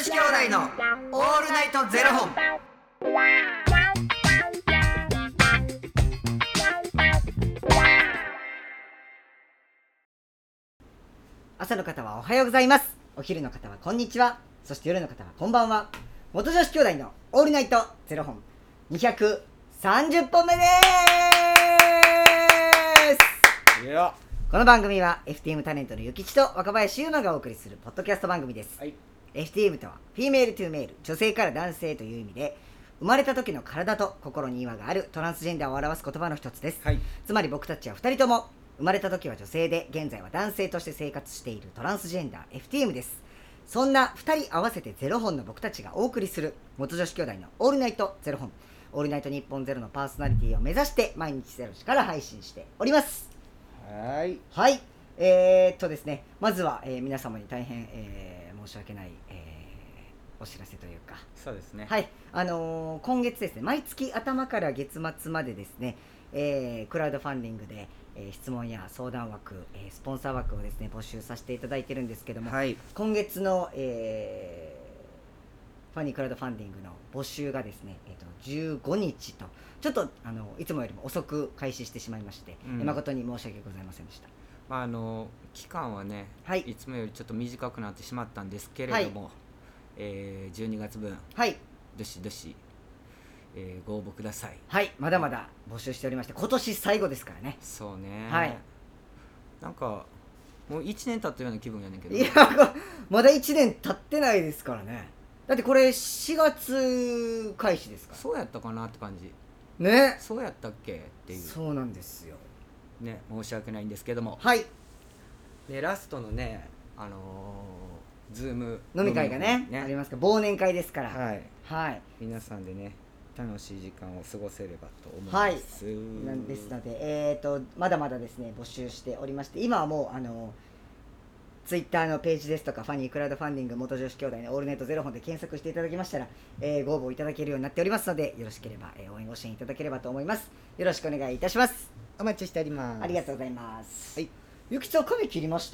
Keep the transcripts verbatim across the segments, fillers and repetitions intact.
子兄弟のオールナイトゼロ本。 朝の方はおはようございます。お昼の方はこんにちは。そして夜の方はこんばんは。元女子兄弟のオールナイトゼロ本にひゃくさんじゅっぽんめでーす。いやこの番組は エフティーエム タレントのゆきちと若林優馬がお送りするポッドキャスト番組です、はい、エフティーエム とはフィメールトゥーメール、女性から男性という意味で、生まれた時の体と心に違和があるトランスジェンダーを表す言葉の一つです、はい、つまり僕たちはふたりとも生まれた時は女性で現在は男性として生活しているトランスジェンダー エフティーエム です。そんなふたり合わせてゼロ本の僕たちがお送りする元女子兄弟のオールナイトゼロ本、オールナイト日本ゼロのパーソナリティを目指して毎日ゼロ時から配信しております。はいはい、えー、っとですねまずは、えー、皆様に大変、えー、申し訳ない、えー、お知らせというか、 そうですね、 はい、あのー、今月ですね、毎月頭から月末までですね、えー、クラウドファンディングで、えー、質問や相談枠、えー、スポンサー枠をですね募集させていただいてるんですけども、はい、今月の、えー、ファニークラウドファンディングの募集がですね、えー、とじゅうごにちとちょっとあのいつもよりも遅く開始してしまいまして、うん、誠に申し訳ございませんでした。 まあ、あの期間はね、はい、いつもよりちょっと短くなってしまったんですけれども、はい、えー、じゅうにがつぶん、はい、どしどし、えー、ご応募ください。 はい、まだまだ募集しておりまして、今年最後ですからね。 そうね、 はい、 なんかもういちねん経ったような気分やねんけど、 いやまだいちねん経ってないですからね。だってこれしがつ開始ですから。 そうやったかなって感じね。 そうやったっけっていう。 そうなんですよね、申し訳ないんですけども、 はい。 でラストのね、あのー、ズーム飲み会が ね, ねありますから、忘年会ですから、 はい、 はい、 皆さんでね楽しい時間を過ごせればと思います。 はい、なんですので、えーとまだまだですね募集しておりまして、今はもうあのツイッターのページですとか、ファニークラウドファンディング元女子兄弟のオールナイトゼロ本で検索していただきましたら、えー、ご応募いただけるようになっておりますので、よろしければ、えー、応援ご支援いただければと思います。よろしくお願いいたします。 お待ちしております。 ありがとうございます。はい、ゆきちゃん髪切りました？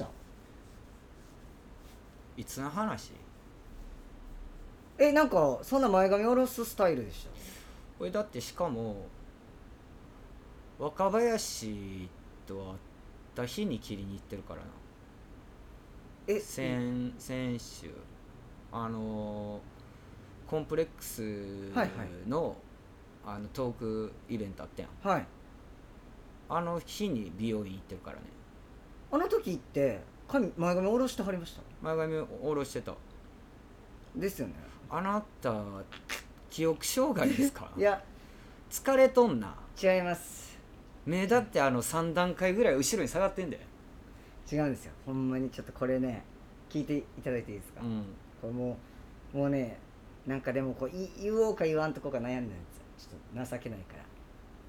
いつの話？ え、なんかそんな前髪下ろすスタイルでした？ これだってしかも若林と会った日に切りに行ってるからな。え先先週あのー、コンプレックス の,、はいはい、あのトークイベントあったやん、はい、あの日に美容院行ってるからね。 あの時って髪前髪下ろしてはりました？ 前髪下ろしてたですよね。 あなた記憶障害ですか？ いや疲れとんな。 違います。 目だってあのさんだんかいぐらい後ろに下がってんで。 違うんですよ、ほんまに。ちょっとこれね聞いていただいていいですか、うん、これもうもうね、なんかでもこう言おうか言わんとこが悩んだんですよ。ちょっと情けないから、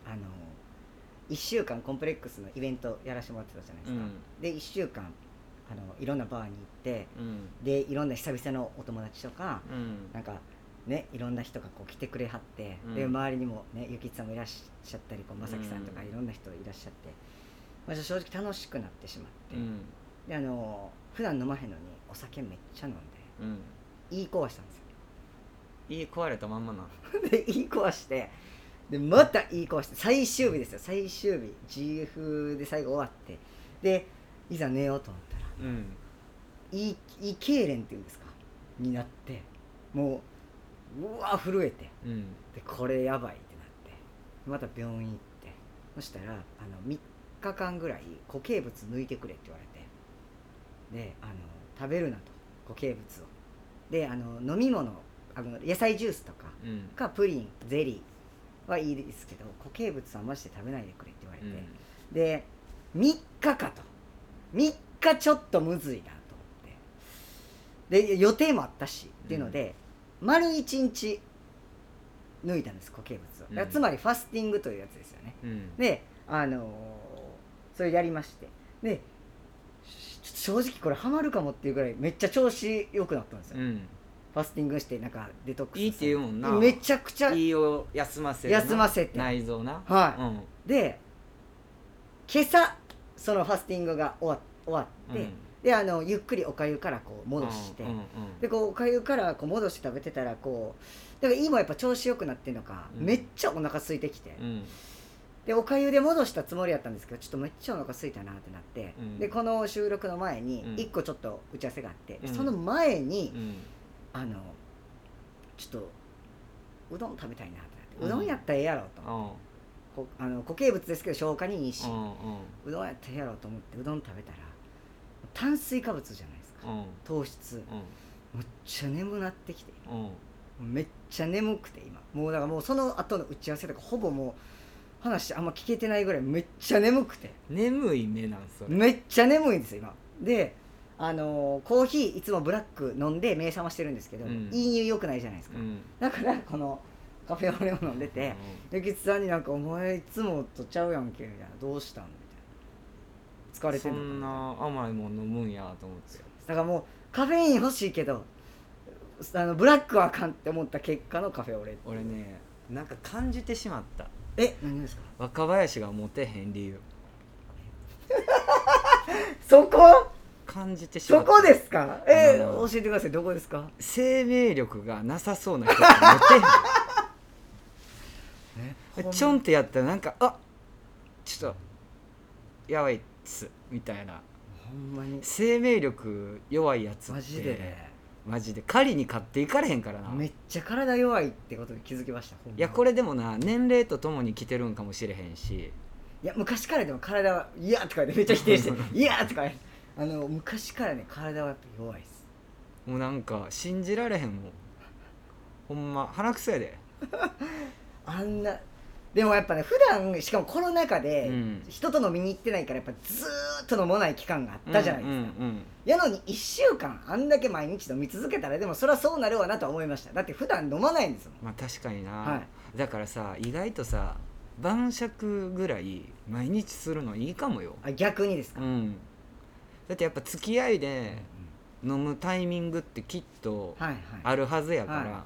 あのいっしゅうかんコンプレックスのイベントやらせてもらってたじゃないですか、うん、でいっしゅうかんあのいろんなバーに行って、うん、でいろんな久々のお友達とか、うん、なんかね、いろんな人がこう来てくれはって、うん、で周りにもねゆきつさんもいらっしゃったり、こうまさきさんとかいろんな人いらっしゃって、まあ、正直楽しくなってしまって、うん、であの普段飲まへんのにお酒めっちゃ飲んで、うん、言い壊したんですよ。 言い壊れたまんまなで言い壊して、でまた言い壊して、最終日ですよ、最終日 ジーエフ で最後終わって、でいざ寝ようと思ったら、うん、胃胃痙攣っていうんですかになって、もううわ震えて、うん、でこれやばいってなって、また病院行って、そしたらあのみっかかんぐらい固形物抜いてくれって言われて、であの食べるなと固形物を、であの飲み物、あの野菜ジュースとか、うん、かプリンゼリーはいいですけど固形物はまして食べないでくれって言われて、うん、でみっかかとみっかちょっとむずいなと思って、で予定もあったし、うん、っていうので丸いちにち抜いたんです、固形物を、うん、つまりファスティングというやつですよね、うん、であのー、それやりまして、で正直これハマるかもっていうぐらいめっちゃ調子良くなったんですよ、うん、ファスティングしてなんかデトックスいいって言うもんな。 めちゃくちゃ胃を休ませる休ませて内臓な、 はい、うん、で今朝そのファスティングが終わ、終わって、うん、 であのゆっくりおかゆからこう戻して、 うんうんうん、 でこうおかゆからこう戻して食べてたらこうだから今やっぱ調子良くなってるのか、うん、めっちゃお腹空いてきて、うん、でおかゆで戻したつもりやったんですけどちょっとめっちゃお腹空いたなってなって、うん、でこの収録の前にいっこちょっと打ち合わせがあって、うん、その前に、うん、あのちょっとうどん食べたいなってなって、うん、うどんやったらええやろと、うんこあの固形物ですけど消化にいいし、うんうん、うどんやったらええやろと思ってうどん食べたら炭水化物じゃないですか、うん、糖質、うん、めっちゃ眠なってきて、うん、めっちゃ眠くて今もうだからもうその後の打ち合わせとかほぼもう話あんま聞けてないぐらいめっちゃ眠くて眠い目なんそれめっちゃ眠いんですよ今であのー、コーヒーいつもブラック飲んで目覚ましてるんですけど、うん、いい匂い良くないじゃないですか、うん、だからこのカフェオレを飲んでてゆきつさんになんかお前いつもとちゃうやんけみたいなどうしたんみたいな疲れてんのかそんな甘いもん飲むんやと思ってだからもうカフェイン欲しいけどあのブラックはあかんって思った結果のカフェオレ俺ねなんか感じてしまったえ何ですか若林がモテへん理由そこ感じてしまったそこですかえー、教えてくださいどこですか生命力がなさそうな人がモテへんちょんってやったらなんかあちょっとやばいっすみたいなほんまに生命力弱いやつってマジでマジで狩りに勝っていかれへんからなめっちゃ体弱いってことに気づきましたいやこれでもな年齢とともに来てるんかもしれへんしいや昔からでも体はいやとかでめっちゃ否定していやとかあの昔からね体はやっぱ弱いっすもうなんか信じられへんもんほんま鼻くそやであんなでもやっぱね普段しかもコロナ禍で人と飲みに行ってないからやっぱずーっと飲まない期間があったじゃないですか、うんうんうん、やのにいっしゅうかんあんだけ毎日飲み続けたらでもそれはそうなるわなとは思いましただって普段飲まないんですもんまあ確かにな、はい、だからさ意外とさ晩酌ぐらい毎日するのいいかもよあ逆にですか、 うん、だってやっぱ付き合いで飲むタイミングってきっとあるはずやから、はいはいはい、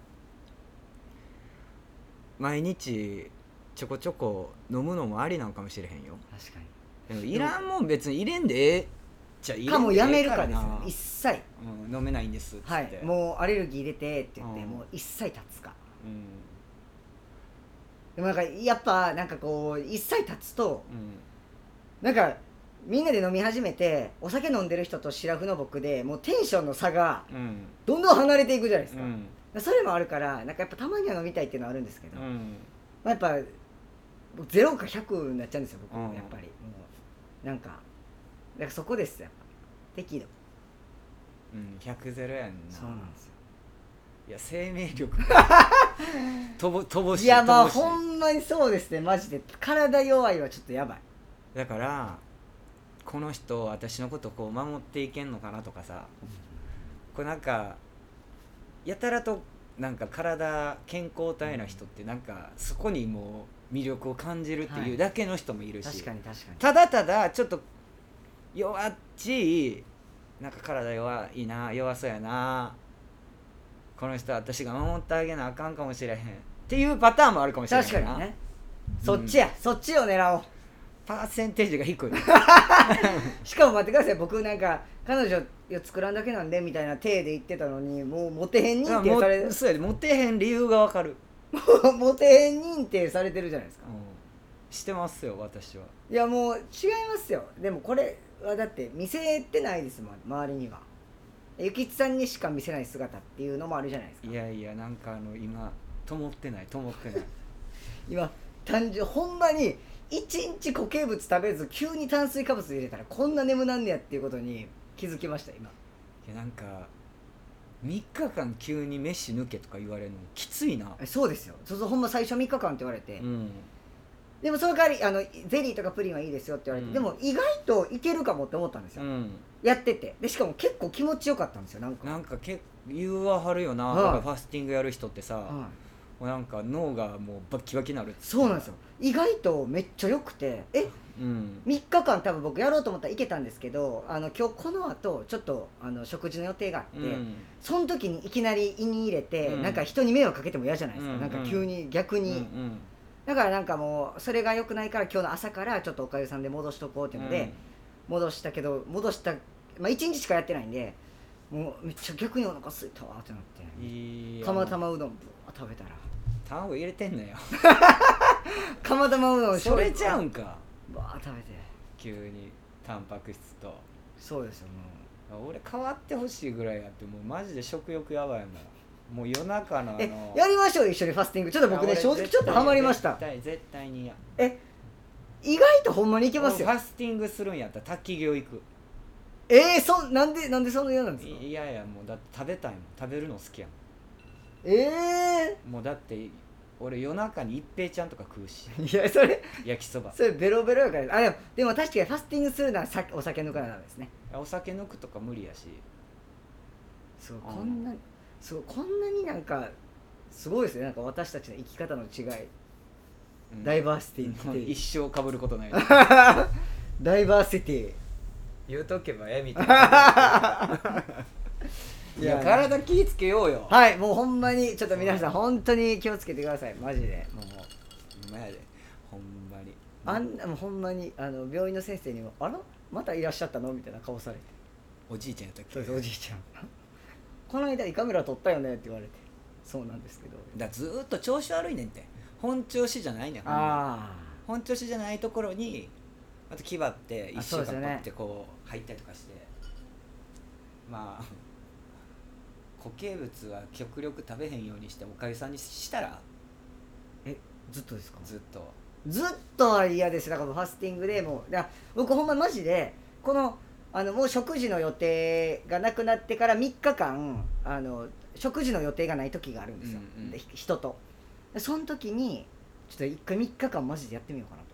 毎日ちょこちょこ飲むのもありなのかもしれへんよ確かにでもいらんもん別に入れんでええじゃ入れんでええかもやめるかですよ一切、 うん、飲めないんですっつって、 はい、もうアレルギー入れてって言って、うん、もう一切立つか、うん、でもなんかやっぱなんかこう一切立つと、うん、なんかみんなで飲み始めてお酒飲んでる人とシラフの僕でもうテンションの差がどんどん離れていくじゃないですか、うん、それもあるからなんかやっぱたまには飲みたいっていうのはあるんですけど、うんまあ、やっぱゼロかひゃくになっちゃうんですよ僕、うん、やっぱりもうなんかだからそこですよやっぱ適度うんひゃくゼロやんなそうなんですよいや生命力とぼとぼしいやまあほんまにそうですねマジで体弱いはちょっとやばいだからこの人私のことこう守っていけんのかなとかさ、うん、これなんかやたらとなんか体健康体な人ってなんかそこにもう魅力を感じるっていうだけの人もいるし、はい、 確かに確かにただただちょっと弱っちいなんか体弱いな弱そうやなこの人は私が守ってあげなあかんかもしれへんっていうパターンもあるかもしれないな確かにね、うん、そっちやそっちを狙おうパーセンテージが低いしかも待ってください僕なんか彼女作らんだけなんでみたいな体で言ってたのにもうモテへん認定されるそうやでモテへん理由がわかるモテへん認定されてるじゃないですか、うん、 してますよ私はいやもう違いますよでもこれはだって見せてないですもん周りにはゆきつさんにしか見せない姿っていうのもあるじゃないですかいやいやなんかあの今灯ってない灯ってない今単純ほんまにいちにち固形物食べず急に炭水化物入れたらこんな眠なんねやっていうことに気づきました今いやなんかみっかかん急に飯抜けとか言われるのきついなそうですよそうそうほんま最初みっかかんって言われて、うん、でもその代わりあのゼリーとかプリンはいいですよって言われて、うん、でも意外といけるかもって思ったんですよ、うん、やっててでしかも結構気持ちよかったんですよなんかなんかけ言うはるよな、はい、なんかファスティングやる人ってさ、はいもうなんか脳がもうバッキバキになるってそうなんですよ意外とめっちゃ良くてえ、うん、みっかかん多分僕やろうと思ったらいけたんですけどあの今日この後ちょっとあの食事の予定があって、うん、その時にいきなり胃に入れて、うん、なんか人に迷惑かけても嫌じゃないですか、うん、なんか急に逆に、うんうん、だからなんかもうそれが良くないから今日の朝からちょっとおかゆさんで戻しとこうっていうので、うん、戻したけど戻したまあいちにちしかやってないんでもうめっちゃ逆にお腹空いたわってなっていい釜玉うどんぶわ食べたら卵入れてんのよ釜玉うどんそれちゃうんかばー食べて急にタンパク質とそうですよもう俺変わってほしいぐらいやってもうマジで食欲やばいもんもう夜中のあのえやりましょう一緒にファスティングちょっと僕ね正直ちょっとハマりました絶対絶対にやえ意外とほんまにいけますよファスティングするんやったら滝行行くえー、そなんでなんでそんな嫌なんですかいやいやもうだって食べたいもん食べるの好きやええもんもうだって俺夜中に一平ちゃんとか食うしー、いやそれ焼きそばそれベロベロやからあでもでも確かにファスティングするならさお酒抜かなダメですねお酒抜くとか無理やしすごいこんなすごいこんなになんかすごいですねなんか私たちの生き方の違い、うん、ダイバーシティって一生かぶることないダイバーシティ言うとけばえみたいないや体気ぃつけようよはいもうほんまにちょっと皆さん本当に気をつけてくださいマジでもうほんまやでほんまにあんなもうほんまにあの病院の先生にもあらまたいらっしゃったのみたいな顔されておじいちゃんやったっけそうですおじいちゃんこの間胃カメラ撮ったよねって言われてそうなんですけどだずーっと調子悪いねんって本調子じゃないねんあ本調子じゃないところにあと気張って一週間ね、 パってこう入ったりとかしてまあ固形物は極力食べへんようにしておかゆさんにしたらえずっとですかずっとずっとは嫌ですだからファスティングでもうだ僕ほんまマジでこのあのもう食事の予定がなくなってからみっかかんあの食事の予定がない時があるんですよ、うんうん、で人とその時にちょっと一回みっかかんマジでやってみようかなと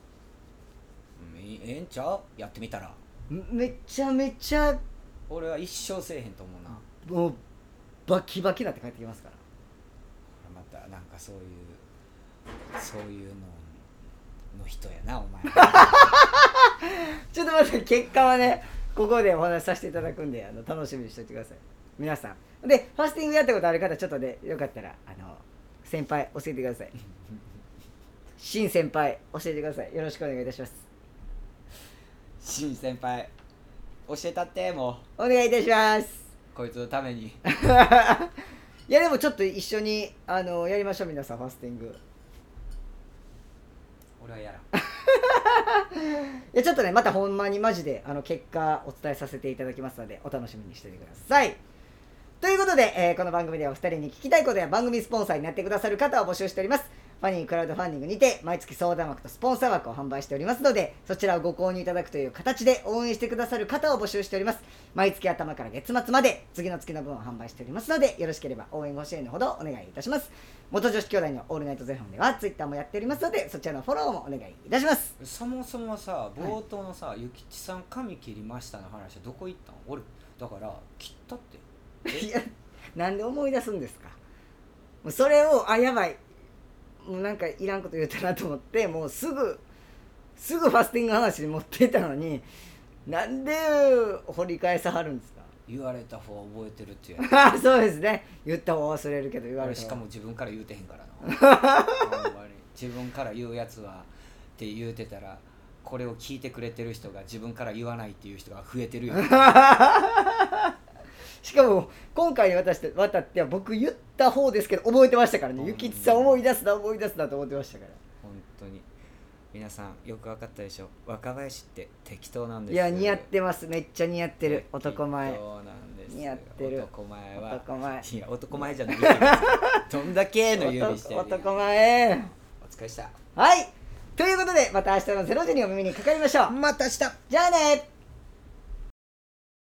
ええんちゃうやってみたらめちゃめちゃ俺は一生せえへんと思うなもうバキバキなって帰ってきますからまたなんかそういうそういうのの人やなお前ちょっと待って結果はねここでお話しさせていただくんであの楽しみにしておいてください皆さんでファスティングやったことある方ちょっとねよかったらあの先輩教えてください新先輩教えてくださいよろしくお願いいたします新先輩教えたってもうお願いいたしますこいつのためにいやでもちょっと一緒にあのやりましょう皆さんファスティング俺はやらんいやちょっとねまたほんまにマジであの結果お伝えさせていただきますのでお楽しみにしててくださいということで、えー、この番組ではお二人に聞きたいことや番組スポンサーになってくださる方を募集しておりますファニークラウドファンディングにて毎月相談枠とスポンサー枠を販売しておりますのでそちらをご購入いただくという形で応援してくださる方を募集しております毎月頭から月末まで次の月の分を販売しておりますのでよろしければ応援ご支援のほどお願いいたします元女子兄弟のオールナイトゼロ本ではツイッターもやっておりますのでそちらのフォローもお願いいたしますそもそもさ冒頭のさ、はい、ゆきちさん髪切りましたの話はどこ行ったの俺だから切ったっていやなんで思い出すんですかもうそれをあやばいもうなんかいらんこと言ったなと思ってもうすぐすぐファスティング話に持っていったのになんで掘り返さはるんですか言われた方は覚えてるっていうやそうですね言った方は忘れるけど言われたしかも自分から言うてへんからな自分から言うやつはって言うてたらこれを聞いてくれてる人が自分から言わないっていう人が増えてるよしかも今回に渡して渡っては僕言った方ですけど覚えてましたからねゆきちさん思い出すな思い出すなと思ってましたから本当に皆さんよく分かったでしょ若林って適当なんですいや似合ってますめっちゃ似合ってる男前適当なんです似合ってる男前は男前いや男前じゃないどんだけの指してる男前お疲れしたはいということでまた明日のゼロ時にお耳にかかりましょうまた明日じゃあね